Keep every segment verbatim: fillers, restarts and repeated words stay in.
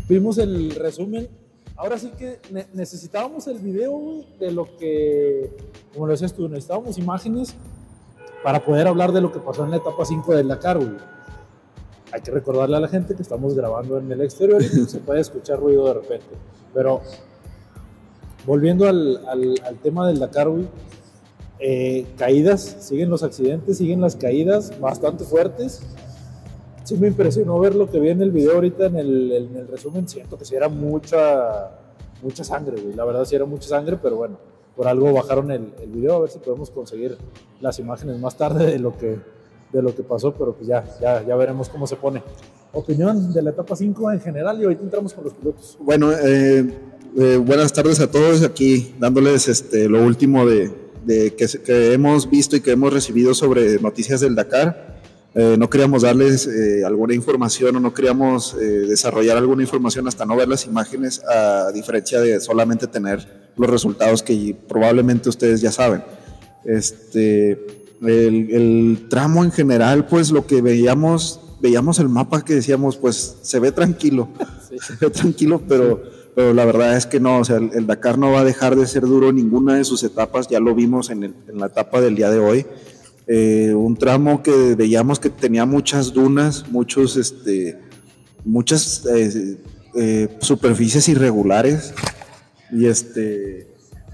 vimos el resumen. Ahora sí que ne necesitábamos el video, güey, de lo que, como lo decías tú, necesitábamos imágenes para poder hablar de lo que pasó en la etapa cinco del Dakar, güey. Hay que recordarle a la gente que estamos grabando en el exterior y se puede escuchar ruido de repente. Pero volviendo al, al, al tema del Dakar, güey, eh, caídas, siguen los accidentes, siguen las caídas bastante fuertes. Sí me impresionó ver lo que vi en el video ahorita en el, en el resumen. Siento que sí era mucha, mucha sangre, güey. La verdad sí era mucha sangre, pero bueno, por algo bajaron el, el video. A ver si podemos conseguir las imágenes más tarde de lo que, de lo que pasó, pero pues ya, ya, ya veremos cómo se pone. Opinión de la etapa cinco en general y ahorita entramos con los pilotos. Bueno, eh, eh, buenas tardes a todos, aquí dándoles este, lo último de, de que, que hemos visto y que hemos recibido sobre noticias del Dakar. Eh, no queríamos darles eh, alguna información o no queríamos eh, desarrollar alguna información hasta no ver las imágenes, a diferencia de solamente tener los resultados que probablemente ustedes ya saben. Este, el, el tramo en general, pues lo que veíamos, veíamos el mapa que decíamos, pues se ve tranquilo, sí. se ve tranquilo, pero, pero la verdad es que no, o sea, el, el Dakar no va a dejar de ser duro en ninguna de sus etapas, ya lo vimos en, el, en la etapa del día de hoy. Eh, un tramo que veíamos que tenía muchas dunas, muchos, este, muchas eh, eh, superficies irregulares y este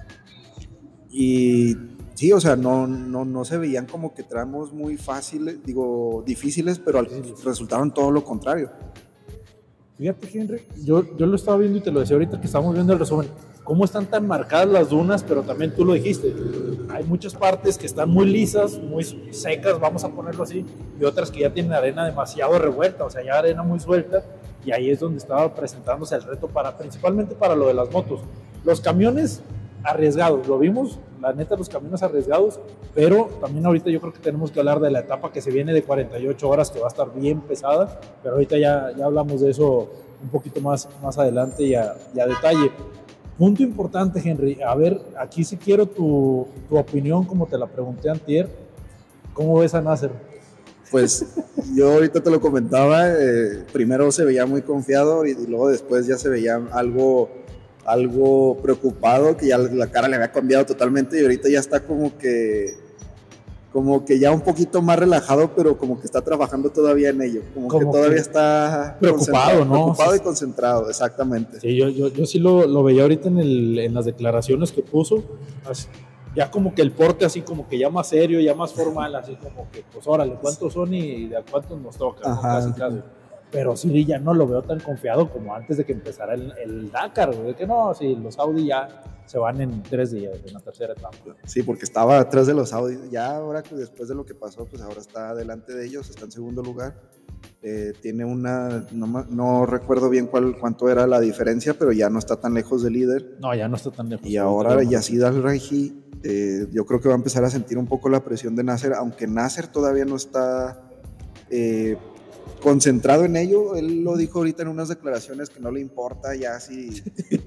y sí, o sea, no, no, no se veían como que tramos muy fáciles, digo, difíciles, pero resultaron todo lo contrario. Fíjate, Henry, yo, yo lo estaba viendo y te lo decía ahorita que estábamos viendo el resumen. Cómo están tan marcadas las dunas, pero también tú lo dijiste. Hay muchas partes que están muy lisas, muy secas, vamos a ponerlo así, y otras que ya tienen arena demasiado revuelta, o sea, ya arena muy suelta, y ahí es donde estaba presentándose el reto, para, principalmente para lo de las motos. Los camiones arriesgados, lo vimos, la neta, los camiones arriesgados, pero también ahorita yo creo que tenemos que hablar de la etapa que se viene de cuarenta y ocho horas, que va a estar bien pesada, pero ahorita ya, ya hablamos de eso un poquito más, más adelante y a, y a detalle. Punto importante, Henry, a ver, aquí sí quiero tu, tu opinión, como te la pregunté antier. ¿Cómo ves a Nasser? Pues yo ahorita te lo comentaba, eh, primero se veía muy confiado y, y luego después ya se veía algo, algo preocupado, que ya la cara le había cambiado totalmente y ahorita ya está como que, como que ya un poquito más relajado, pero como que está trabajando todavía en ello, como, como que todavía que está preocupado, ¿no? Preocupado y concentrado, exactamente. Sí, yo, yo, yo sí lo, lo veía ahorita en, el, en las declaraciones que puso, así, ya como que el porte así como que ya más serio, ya más formal, así como que pues órale, ¿cuántos son y de a cuántos nos toca? ¿No? Casi, casi. Pero sí, ya no lo veo tan confiado como antes de que empezara el, el Dakar, güey, de que no, sí, los Audi ya se van en tres días, en la tercera etapa. Sí, porque estaba atrás de los Audi, ya ahora que después de lo que pasó, pues ahora está delante de ellos, está en segundo lugar, eh, tiene una, no, no recuerdo bien cuál, cuánto era la diferencia, pero ya no está tan lejos del líder. No, ya no está tan lejos. Y ahora Yacine Al-Raihi, eh, yo creo que va a empezar a sentir un poco la presión de Nasser, aunque Nasser todavía no está eh, concentrado en ello. Él lo dijo ahorita en unas declaraciones que no le importa ya si,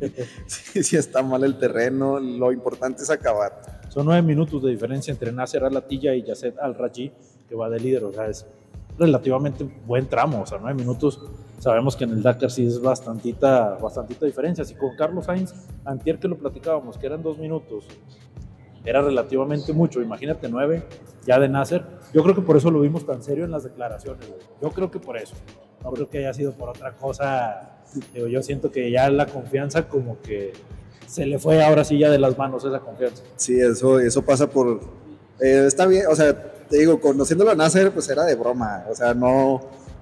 si, si está mal el terreno, lo importante es acabar. Son nueve minutos de diferencia entre Nasser Al-Attiyah y Yacine Al-Raihi, que va de líder, o sea, es relativamente buen tramo, o sea, nueve minutos. Sabemos que en el Dakar sí es bastantita, bastantita diferencia. Si con Carlos Sainz, antier que lo platicábamos, que eran dos minutos, era relativamente mucho, imagínate nueve ya de Nasser. Yo creo que por eso lo vimos tan serio en las declaraciones, güey. Yo creo que por eso, no creo que haya sido por otra cosa. Digo, yo siento que ya la confianza como que se le fue ahora sí ya de las manos esa confianza. Sí, eso, eso pasa por... Eh, está bien, o sea, te digo, conociéndolo a Nasser, pues era de broma, o sea, no...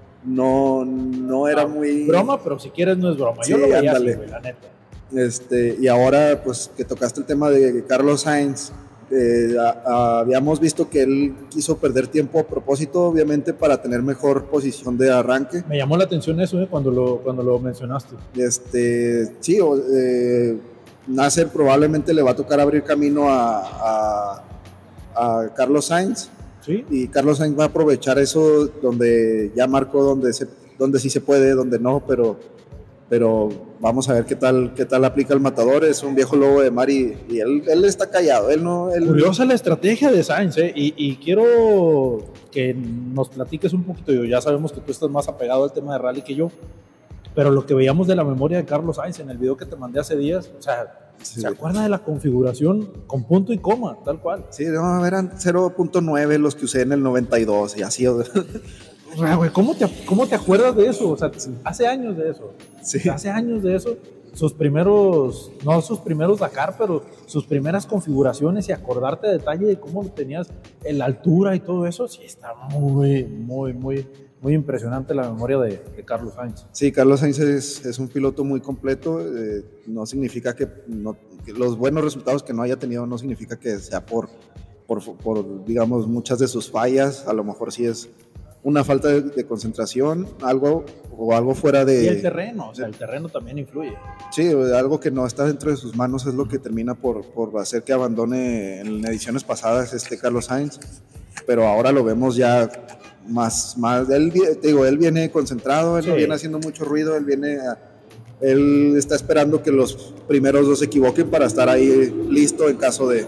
No, no era no, muy... broma, pero si quieres no es broma. Sí, yo lo veía así, güey, la neta. Este, y ahora, pues, que tocaste el tema de Carlos Sainz, eh, a, a, habíamos visto que él quiso perder tiempo a propósito, obviamente, para tener mejor posición de arranque. Me llamó la atención eso, eh, cuando, lo, cuando lo mencionaste. Este, sí, eh, Nasser probablemente le va a tocar abrir camino a, a, a Carlos Sainz. ¿Sí? Y Carlos Sainz va a aprovechar eso, donde ya marcó donde, se, donde sí se puede, donde no, pero, pero vamos a ver qué tal, qué tal aplica el matador. Es un viejo lobo de mar y, y él, él está callado. Él no, él... Curiosa la estrategia de Sainz, ¿eh? y, y quiero que nos platiques un poquito. Yo, ya sabemos que tú estás más apegado al tema de rally que yo. pero lo que veíamos de la memoria de Carlos Sainz en el video que te mandé hace días, o sea, sí. ¿Se acuerda de la configuración con punto y coma, tal cual? Sí, no, eran cero punto nueve los que usé en el noventa y dos y así. O sea, güey, ¿cómo te, ¿cómo te acuerdas de eso? O sea, hace años de eso. Sí. Hace años de eso. Sus primeros, no sus primeros Dakar, pero sus primeras configuraciones y acordarte a detalle de cómo tenías la altura y todo eso, sí está muy, muy, muy, muy impresionante la memoria de, de Carlos Sainz. Sí, Carlos Sainz es, es un piloto muy completo, eh, no significa que, no, que los buenos resultados que no haya tenido no significa que sea por, por, por, digamos, muchas de sus fallas, a lo mejor sí es una falta de, de concentración, algo o algo fuera de... Y el terreno, o sea, el terreno también influye. Sí, algo que no está dentro de sus manos es lo que termina por, por hacer que abandone en ediciones pasadas este Carlos Sainz, pero ahora lo vemos ya más, más él, te digo, él viene concentrado, él sí. no viene haciendo mucho ruido, él viene, a, él está esperando que los primeros dos se equivoquen para estar ahí listo en caso de...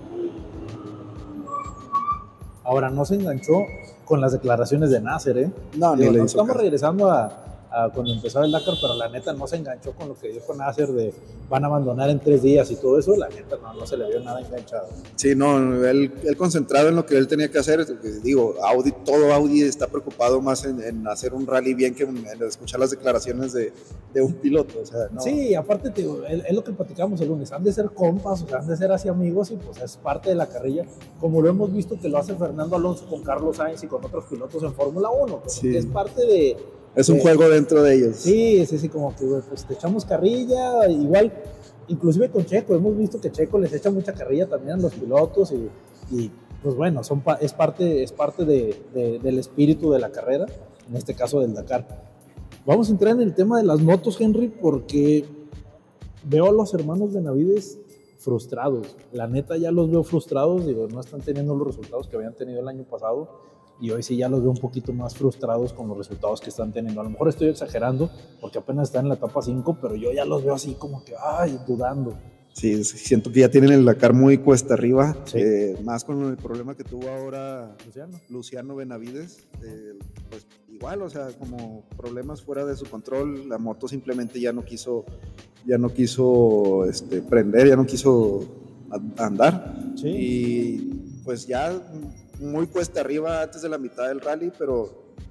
Ahora, no se enganchó con las declaraciones de Nasser, ¿eh? No, Digo, ni le no hizo estamos caso. regresando a, a cuando empezó el Dakar, pero la neta no se enganchó con lo que dijo Nasser de van a abandonar en tres días y todo eso, la neta no, no se le vio nada enganchado. Sí, no, él, él concentrado en lo que él tenía que hacer, digo, Audi, todo Audi está preocupado más en, en hacer un rally bien que en, en escuchar las declaraciones de, de un piloto, o sea, no. Sí, aparte, te digo, es, es lo que platicamos el lunes, han de ser compas, o sea, han de ser así amigos y pues es parte de la carrilla, como lo hemos visto que lo hace Fernando Alonso con Carlos Sainz y con otros pilotos en Fórmula uno, sí. es parte de... Es un de, juego dentro de ellos. Sí, sí, sí, como que pues te echamos carrilla, igual, inclusive con Checo, hemos visto que Checo les echa mucha carrilla también a los pilotos y, y pues bueno, son, es parte, es parte de, de, del espíritu de la carrera, en este caso del Dakar. Vamos a entrar en el tema de las motos, Henry, porque veo a los hermanos Benavides frustrados, la neta ya los veo frustrados, digo, no están teniendo los resultados que habían tenido el año pasado, y hoy sí ya los veo un poquito más frustrados con los resultados que están teniendo. A lo mejor estoy exagerando porque apenas están en la etapa cinco, pero yo ya los veo así como que, ay, dudando. Sí, siento que ya tienen el Dakar muy cuesta arriba, sí. eh, más con el problema que tuvo ahora Luciano, Luciano Benavides, eh, pues igual, o sea, como problemas fuera de su control, la moto simplemente ya no quiso, ya no quiso este, prender, ya no quiso andar, sí. y pues ya muy cuesta arriba antes de la mitad del rally, pero,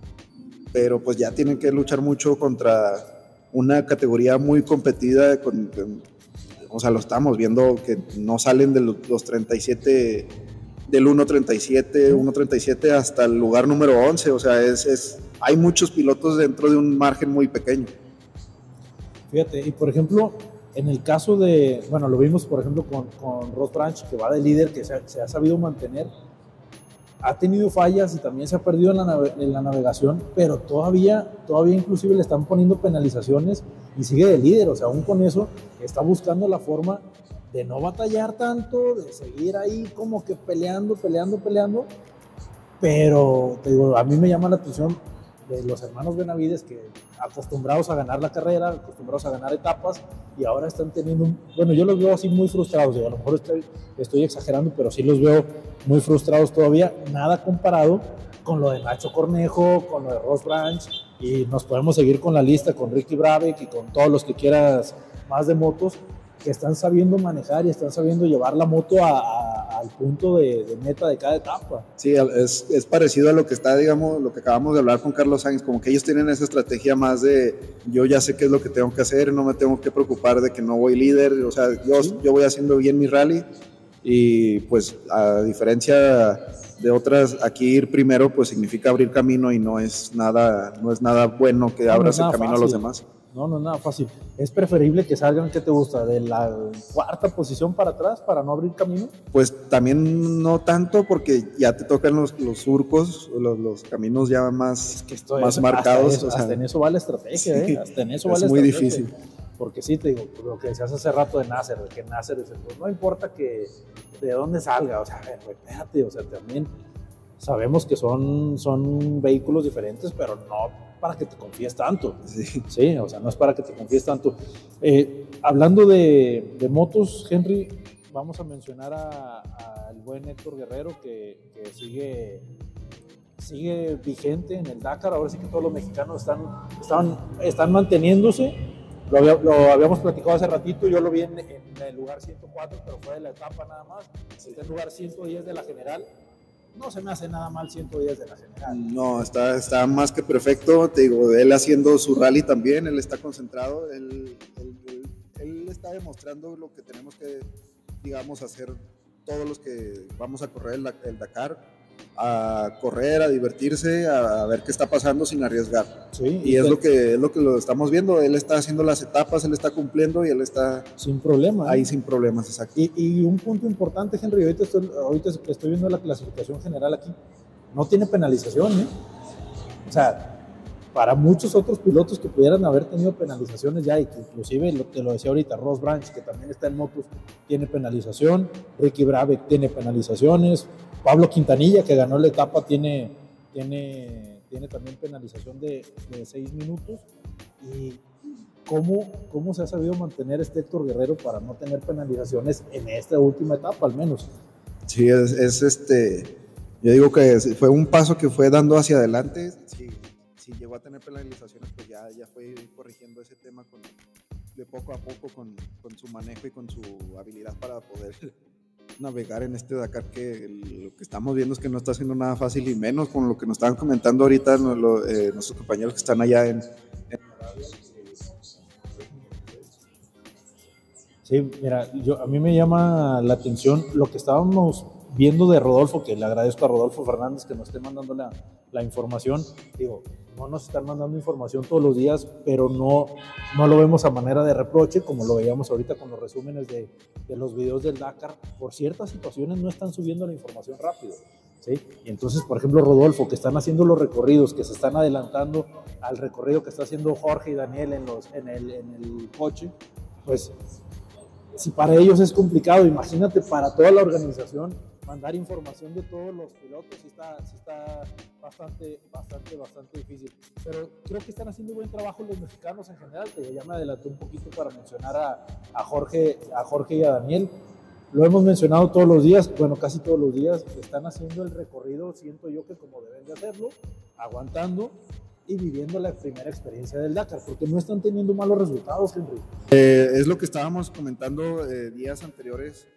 pero pues ya tienen que luchar mucho contra una categoría muy competida, con, con, o sea, lo estamos viendo que no salen de los, los treinta y siete, del uno treinta y siete, uno treinta y siete hasta el lugar número once, o sea, es, es, hay muchos pilotos dentro de un margen muy pequeño. Fíjate, y por ejemplo, en el caso de, bueno, lo vimos por ejemplo con, con Ross Branch, que va de líder, que se ha, se ha sabido mantener, ha tenido fallas y también se ha perdido en la, nave, en la navegación, pero todavía, todavía inclusive le están poniendo penalizaciones y sigue de líder, o sea, aún con eso está buscando la forma de no batallar tanto, de seguir ahí como que peleando, peleando, peleando, pero te digo, a mí me llama la atención de los hermanos Benavides que acostumbrados a ganar la carrera, acostumbrados a ganar etapas y ahora están teniendo, un, bueno, yo los veo así muy frustrados, digo, a lo mejor estoy, estoy exagerando, pero sí los veo muy frustrados todavía, nada comparado con lo de Nacho Cornejo, con lo de Ross Branch, y nos podemos seguir con la lista, con Ricky Brabeck y con todos los que quieras más de motos, que están sabiendo manejar y están sabiendo llevar la moto a, a, al punto de, de meta de cada etapa. Sí, es, es parecido a lo que está, digamos, lo que acabamos de hablar con Carlos Sainz, como que ellos tienen esa estrategia más de yo ya sé qué es lo que tengo que hacer, no me tengo que preocupar de que no voy líder, o sea, yo, ¿sí? yo voy haciendo bien mi rally y pues a diferencia de otras, aquí ir primero pues significa abrir camino y no es nada, no es nada bueno que abras no, no el camino fácil. A los demás. No, no es nada fácil. Es preferible que salgan, ¿qué te gusta? ¿De la cuarta posición para atrás para no abrir camino? Pues también no tanto porque ya te tocan los, los surcos, los, los caminos ya más, es que esto más es, marcados. Hasta, o sea, hasta en eso va la estrategia, sí, ¿eh? Hasta en eso va es la muy estrategia. difícil. Porque sí, te digo, lo que decías hace rato de Nasser, de que Nasser, pues no importa que de dónde salga, o sea, a ver, espérate, o sea, también sabemos que son, son vehículos diferentes, pero no para que te confíes tanto. Sí. Sí, o sea, no es para que te confíes tanto. Eh, hablando de, de motos, Henry, vamos a mencionar al buen Héctor Guerrero que, que sigue, sigue vigente en el Dakar. Ahora sí que todos los mexicanos están, están, están manteniéndose. Lo, había, lo habíamos platicado hace ratito, yo lo vi en, en el lugar ciento cuatro, pero fue de la etapa nada más. Está en el lugar ciento diez de la general. No se me hace nada mal ciento diez de la general. No, está, está más que perfecto. Te digo, él haciendo su rally también, él está concentrado, él, él, él, él está demostrando lo que tenemos que, digamos, hacer todos los que vamos a correr el, el Dakar, a correr, a divertirse, a, a ver qué está pasando sin arriesgar. Sí, y, y es, lo que, es lo que lo estamos viendo. Él está haciendo las etapas, él está cumpliendo y él está sin problema, ahí ¿eh? sin problemas, exacto. Y, y un punto importante, Henry, ahorita estoy, ahorita estoy viendo la clasificación general aquí, no tiene penalización, ¿eh? O sea, para muchos otros pilotos que pudieran haber tenido penalizaciones ya, y que inclusive, lo, te lo decía ahorita, Ross Branch, que también está en motos, tiene penalización, Ricky Brabeck tiene penalizaciones, Pablo Quintanilla, que ganó la etapa, tiene, tiene, tiene también penalización de, de seis minutos. Y ¿cómo, ¿cómo se ha sabido mantener este Héctor Guerrero para no tener penalizaciones en esta última etapa, al menos? Sí, es, es este, yo digo que fue un paso que fue dando hacia adelante. Sí, si llegó a tener penalizaciones, pues ya, ya fue corrigiendo ese tema con, de poco a poco con, con su manejo y con su habilidad para poder navegar en este Dakar, que el, lo que estamos viendo es que no está haciendo nada fácil, y menos con lo que nos estaban comentando ahorita no, lo, eh, nuestros compañeros que están allá en, en Arabia. Sí, mira, yo, a mí me llama la atención lo que estábamos viendo de Rodolfo, que le agradezco a Rodolfo Fernández que nos esté mandando la, la información. Digo, no nos están mandando información todos los días, pero no, no lo vemos a manera de reproche, como lo veíamos ahorita con los resúmenes de, de los videos del Dakar. Por ciertas situaciones no están subiendo la información rápido, ¿sí? Y entonces, por ejemplo, Rodolfo, que están haciendo los recorridos, que se están adelantando al recorrido que está haciendo Jorge y Daniel en, los, en, el, en el coche, pues si para ellos es complicado, imagínate para toda la organización mandar información de todos los pilotos. Sí está, sí está bastante, bastante, bastante difícil. Pero creo que están haciendo buen trabajo los mexicanos en general. Que ya me adelanté un poquito para mencionar a, a, Jorge, a Jorge y a Daniel. Lo hemos mencionado todos los días, bueno, casi todos los días. Están haciendo el recorrido, siento yo que como deben de hacerlo, aguantando y viviendo la primera experiencia del Dakar, porque no están teniendo malos resultados, Henry. Eh, es lo que estábamos comentando eh, días anteriores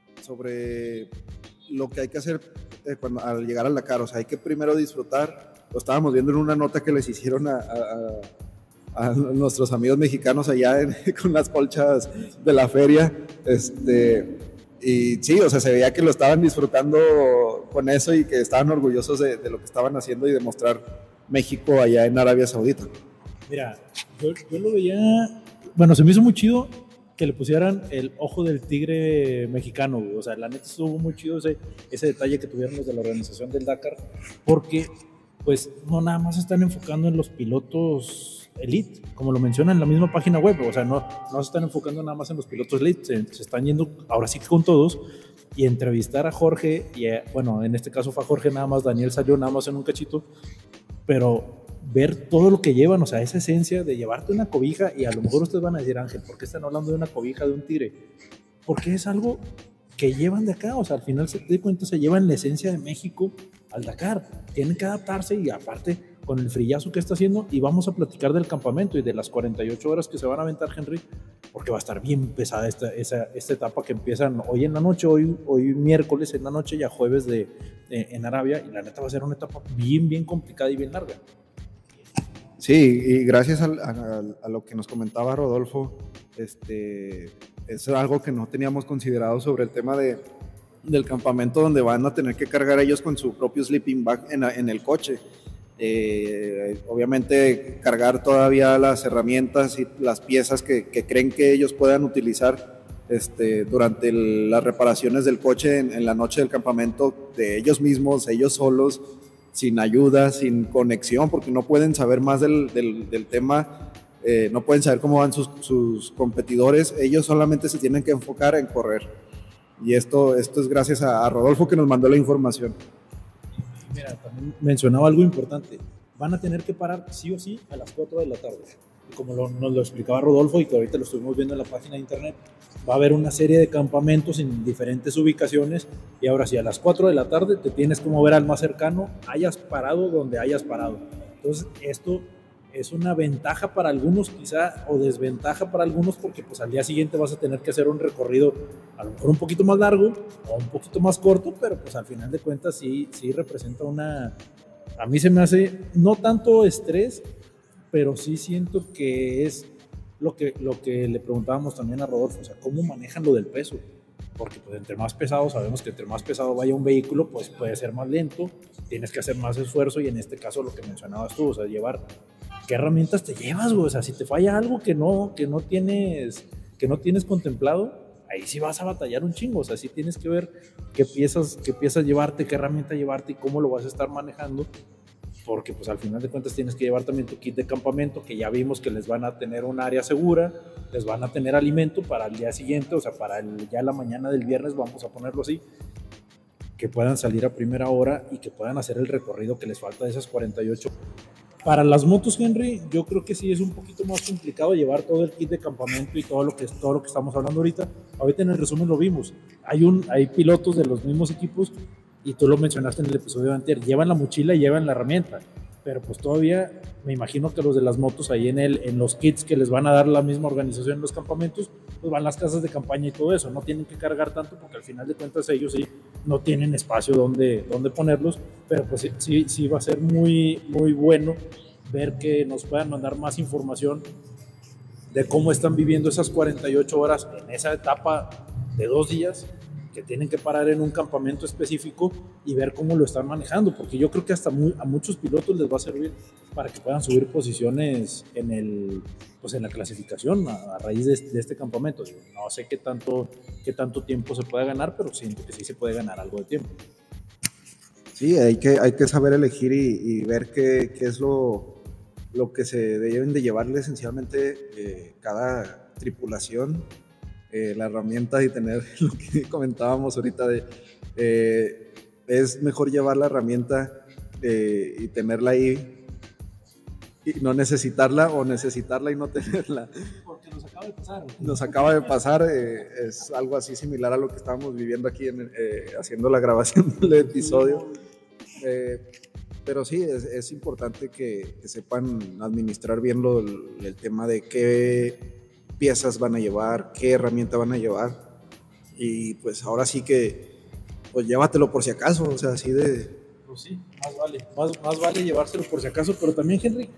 sobre lo que hay que hacer eh, cuando, al llegar al Dakar. O sea, hay que primero disfrutar. Lo estábamos viendo en una nota que les hicieron a, a, a nuestros amigos mexicanos allá en, con las colchas de la feria. Este, y sí, o sea, se veía que lo estaban disfrutando con eso y que estaban orgullosos de, de lo que estaban haciendo y de mostrar México allá en Arabia Saudita. Mira, yo, yo lo veía, bueno, se me hizo muy chido que le pusieran el ojo del tigre mexicano, güey. O sea, la neta estuvo muy chido ese, ese detalle que tuvieron los de la organización del Dakar, porque pues no nada más se están enfocando en los pilotos elite, como lo menciona en la misma página web. O sea, no, no se están enfocando nada más en los pilotos elite, se, se están yendo ahora sí que con todos. Y entrevistar a Jorge, y a, bueno, en este caso fue a Jorge nada más, Daniel salió nada más en un cachito, pero ver todo lo que llevan, o sea, esa esencia de llevarte una cobija, y a lo mejor ustedes van a decir, Ángel, ¿por qué están hablando de una cobija de un tigre? Porque es algo que llevan de acá, o sea, al final se te cuenta, se llevan la esencia de México al Dakar, tienen que adaptarse, y aparte con el frillazo que está haciendo, y vamos a platicar del campamento y de las cuarenta y ocho horas que se van a aventar, Henry, porque va a estar bien pesada esta, esa, esta etapa que empiezan hoy en la noche, hoy, hoy miércoles en la noche, ya jueves de, de, en Arabia, y la neta va a ser una etapa bien, bien complicada y bien larga. Sí, y gracias a, a, a lo que nos comentaba Rodolfo, este, es algo que no teníamos considerado sobre el tema de, del campamento, donde van a tener que cargar ellos con su propio sleeping bag en, en el coche. Eh, obviamente cargar todavía las herramientas y las piezas que, que creen que ellos puedan utilizar este, durante el, las reparaciones del coche en, en la noche del campamento, de ellos mismos, ellos solos, sin ayuda, sin conexión, porque no pueden saber más del, del, del tema, eh, no pueden saber cómo van sus, sus competidores, ellos solamente se tienen que enfocar en correr. Y esto, esto es gracias a, a Rodolfo, que nos mandó la información. Mira, también mencionaba algo importante, van a tener que parar sí o sí a las cuatro de la tarde. como lo, nos lo explicaba Rodolfo y que ahorita lo estuvimos viendo en la página de internet, va a haber una serie de campamentos en diferentes ubicaciones y ahora sí, a las cuatro de la tarde te tienes que mover al más cercano, hayas parado donde hayas parado. Entonces, esto es una ventaja para algunos quizá o desventaja para algunos porque pues al día siguiente vas a tener que hacer un recorrido a lo mejor un poquito más largo o un poquito más corto, pero pues al final de cuentas sí, sí representa una, a mí se me hace no tanto estrés, pero sí siento que es lo que, lo que le preguntábamos también a Rodolfo, o sea, cómo manejan lo del peso, porque pues entre más pesado, sabemos que entre más pesado vaya un vehículo, pues puede ser más lento, tienes que hacer más esfuerzo y en este caso lo que mencionabas tú, o sea, llevar, ¿qué herramientas te llevas, güey? O sea, si te falla algo que no, que no tienes, que no tienes contemplado, ahí sí vas a batallar un chingo, o sea, sí tienes que ver qué piezas, qué piezas llevarte, qué herramienta llevarte y cómo lo vas a estar manejando, porque pues al final de cuentas tienes que llevar también tu kit de campamento, que ya vimos que les van a tener un área segura, les van a tener alimento para el día siguiente, o sea, para el, ya la mañana del viernes, vamos a ponerlo así, que puedan salir a primera hora y que puedan hacer el recorrido que les falta de esas cuarenta y ocho. Para las motos, Henry, yo creo que sí es un poquito más complicado llevar todo el kit de campamento y todo lo que, es, todo lo que estamos hablando ahorita. Ahorita en el resumen lo vimos. Hay, un, hay pilotos de los mismos equipos y tú lo mencionaste en el episodio anterior, llevan la mochila y llevan la herramienta, pero pues todavía me imagino que los de las motos ahí en, el, en los kits que les van a dar la misma organización en los campamentos, pues van las casas de campaña y todo eso, no tienen que cargar tanto porque al final de cuentas ellos sí no tienen espacio donde, donde ponerlos, pero pues sí, sí, sí va a ser muy, muy bueno ver que nos puedan mandar más información de cómo están viviendo esas cuarenta y ocho horas en esa etapa de dos días que tienen que parar en un campamento específico y ver cómo lo están manejando, porque yo creo que hasta muy, a muchos pilotos les va a servir para que puedan subir posiciones en, el, pues en la clasificación a, a raíz de, de este campamento. No sé qué tanto, qué tanto tiempo se puede ganar, pero siento que sí se puede ganar algo de tiempo. Sí, hay que, hay que saber elegir y, y ver qué, qué es lo, lo que se deben de llevarle esencialmente eh, cada tripulación. Eh, la herramienta y tener lo que comentábamos ahorita de eh, es mejor llevar la herramienta eh, y tenerla ahí y no necesitarla o necesitarla y no tenerla, porque nos acaba de pasar nos acaba de pasar eh, es algo así similar a lo que estábamos viviendo aquí en, eh, haciendo la grabación del episodio, eh, pero sí es, es importante que, que sepan administrar bien lo, el, el tema de qué piezas van a llevar, qué herramienta van a llevar y pues ahora sí que pues llévatelo por si acaso, o sea, así de... Pues sí, más vale, más, más vale llevárselo por si acaso, pero también Henry,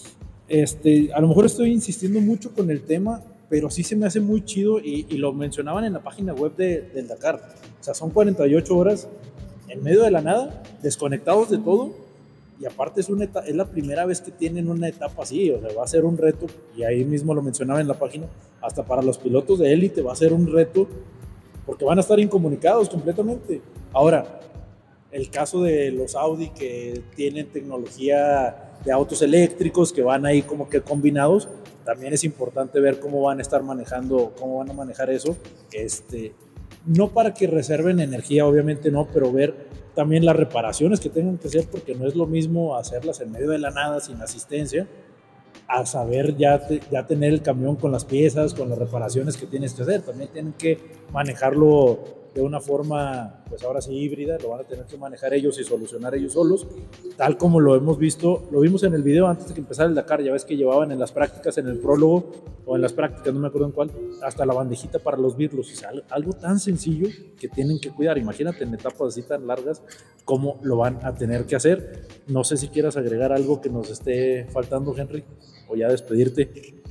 este, a lo mejor estoy insistiendo mucho con el tema, pero sí se me hace muy chido y, y lo mencionaban en la página web de, del Dakar, o sea, son cuarenta y ocho horas en medio de la nada, desconectados de todo. Y aparte es, una etapa, es la primera vez que tienen una etapa así, o sea, va a ser un reto, y ahí mismo lo mencionaba en la página, hasta para los pilotos de élite va a ser un reto, porque van a estar incomunicados completamente. Ahora, el caso de los Audi que tienen tecnología de autos eléctricos, que van ahí como que combinados, también es importante ver cómo van a estar manejando, cómo van a manejar eso, este, no para que reserven energía, obviamente no, pero ver también las reparaciones que tengan que hacer, porque no es lo mismo hacerlas en medio de la nada sin asistencia a saber ya, te, ya tener el camión con las piezas, con las reparaciones que tienes que hacer. También tienen que manejarlo de una forma, pues ahora sí híbrida, lo van a tener que manejar ellos y solucionar ellos solos, tal como lo hemos visto, lo vimos en el video antes de que empezara el Dakar, ya ves que llevaban en las prácticas, en el prólogo, o en las prácticas, no me acuerdo en cuál, hasta la bandejita para los birlos, o sea, algo tan sencillo que tienen que cuidar. Imagínate en etapas así tan largas, cómo lo van a tener que hacer. No sé si quieras agregar algo que nos esté faltando, Henry, o ya despedirte.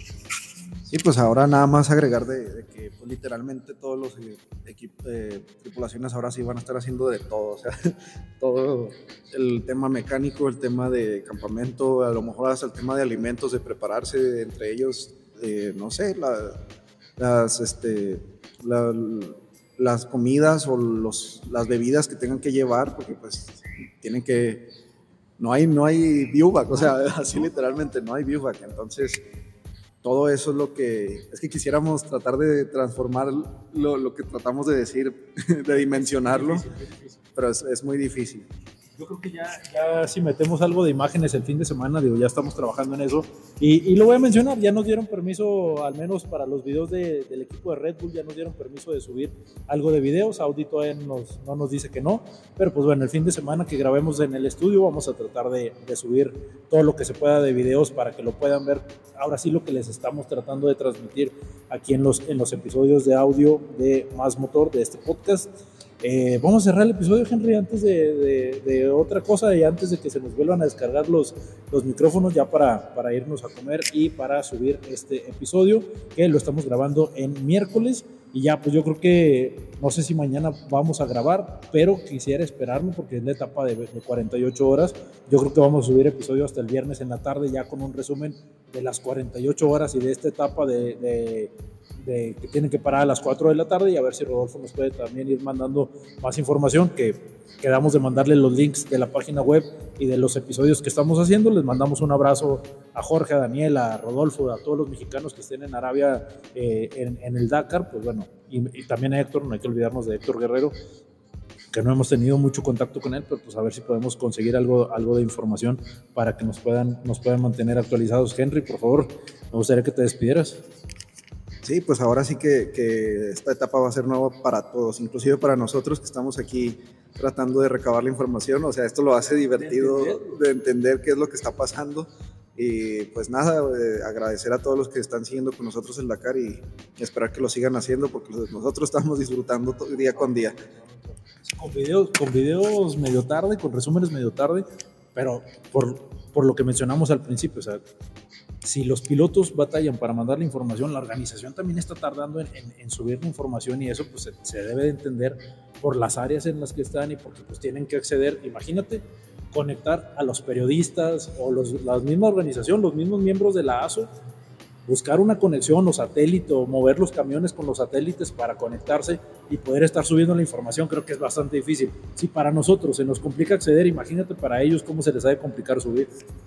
Sí, pues ahora nada más agregar de, de que pues, literalmente todos los equipos, eh, tripulaciones ahora sí van a estar haciendo de todo, o sea, todo el tema mecánico, el tema de campamento, a lo mejor hasta el tema de alimentos, de prepararse entre ellos, eh, no sé, la, las, este, la, las comidas o los, las bebidas que tengan que llevar, porque pues tienen que, no hay, no hay viewback, o sea, así literalmente no hay viewback, entonces... Todo eso es lo que, es que quisiéramos tratar de transformar lo, lo que tratamos de decir, de dimensionarlo, pero es, es muy difícil. Yo creo que ya, ya si metemos algo de imágenes el fin de semana, digo, ya estamos trabajando en eso. Y, y lo voy a mencionar, ya nos dieron permiso, al menos para los videos de, del equipo de Red Bull, ya nos dieron permiso de subir algo de videos. Audi todavía nos, no nos dice que no, pero pues bueno, el fin de semana que grabemos en el estudio vamos a tratar de, de subir todo lo que se pueda de videos para que lo puedan ver. Ahora sí lo que les estamos tratando de transmitir aquí en los, en los episodios de audio de Más Motor, de este podcast. Eh, vamos a cerrar el episodio, Henry, antes de, de, de otra cosa y antes de que se nos vuelvan a descargar los, los micrófonos ya para, para irnos a comer y para subir este episodio, que lo estamos grabando en miércoles. Y ya, pues yo creo que, no sé si mañana vamos a grabar, pero quisiera esperarme porque es la etapa de, de cuarenta y ocho horas. Yo creo que vamos a subir episodio hasta el viernes en la tarde, ya con un resumen de las cuarenta y ocho horas y de esta etapa de, de, de que tienen que parar a las cuatro de la tarde, y a ver si Rodolfo nos puede también ir mandando más información, que quedamos de mandarle los links de la página web y de los episodios que estamos haciendo. Les mandamos un abrazo a Jorge, a Daniel, a Rodolfo, a todos los mexicanos que estén en Arabia eh, en, en el Dakar, pues bueno, y, y también a Héctor, no hay que olvidarnos de Héctor Guerrero, que no hemos tenido mucho contacto con él, pero pues a ver si podemos conseguir algo, algo de información para que nos puedan, nos puedan mantener actualizados. Henry, por favor, me gustaría que te despidieras. Sí, pues ahora sí que, que esta etapa va a ser nueva para todos, inclusive para nosotros que estamos aquí tratando de recabar la información. O sea, esto lo hace divertido de entender qué es lo que está pasando. Y pues nada, eh, agradecer a todos los que están siguiendo con nosotros el Dakar y esperar que lo sigan haciendo, porque nosotros estamos disfrutando todo, día con día. Con videos, con videos medio tarde, con resúmenes medio tarde, pero por, por lo que mencionamos al principio, o sea, si los pilotos batallan para mandar la información, la organización también está tardando en, en, en subir la información, y eso pues se, se debe de entender por las áreas en las que están y porque pues tienen que acceder. Imagínate conectar a los periodistas o los, la misma organización, los mismos miembros de la A S O, buscar una conexión o satélite o mover los camiones con los satélites para conectarse y poder estar subiendo la información. Creo que es bastante difícil. Si para nosotros se nos complica acceder, imagínate para ellos cómo se les ha de complicar subir.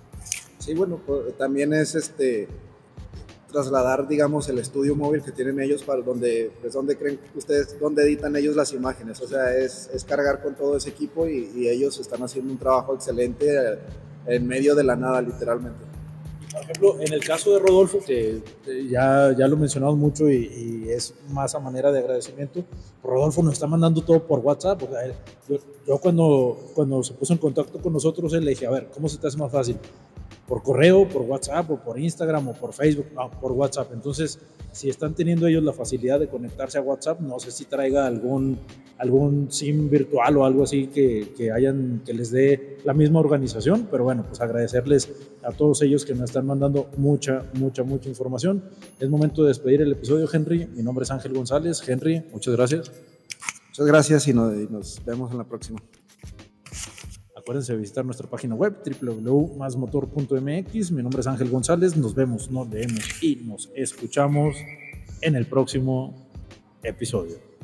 Sí, bueno, pues, también es este trasladar, digamos, el estudio móvil que tienen ellos para donde, pues, donde creen ustedes, donde editan ellos las imágenes. O sea, es, es cargar con todo ese equipo y, y ellos están haciendo un trabajo excelente en medio de la nada, literalmente. Por ejemplo, en el caso de Rodolfo, que ya, ya lo mencionamos mucho y, y es más a manera de agradecimiento, Rodolfo nos está mandando todo por WhatsApp. O sea, yo, yo cuando, cuando se puso en contacto con nosotros, él le dije, a ver, ¿cómo se te hace más fácil? ¿Por correo, por WhatsApp, o por Instagram, o por Facebook? No, por WhatsApp. Entonces, si están teniendo ellos la facilidad de conectarse a WhatsApp, no sé si traiga algún, algún SIM virtual o algo así que, que, hayan, que les dé la misma organización, pero bueno, pues agradecerles a todos ellos que nos están mandando mucha, mucha, mucha información. Es momento de despedir el episodio, Henry. Mi nombre es Ángel González. Henry, muchas gracias. Muchas gracias y nos, y nos vemos en la próxima. Acuérdense de visitar nuestra página web doble u doble u doble u punto más motor punto m x. Mi nombre es Ángel González. Nos vemos, nos leemos y nos escuchamos en el próximo episodio.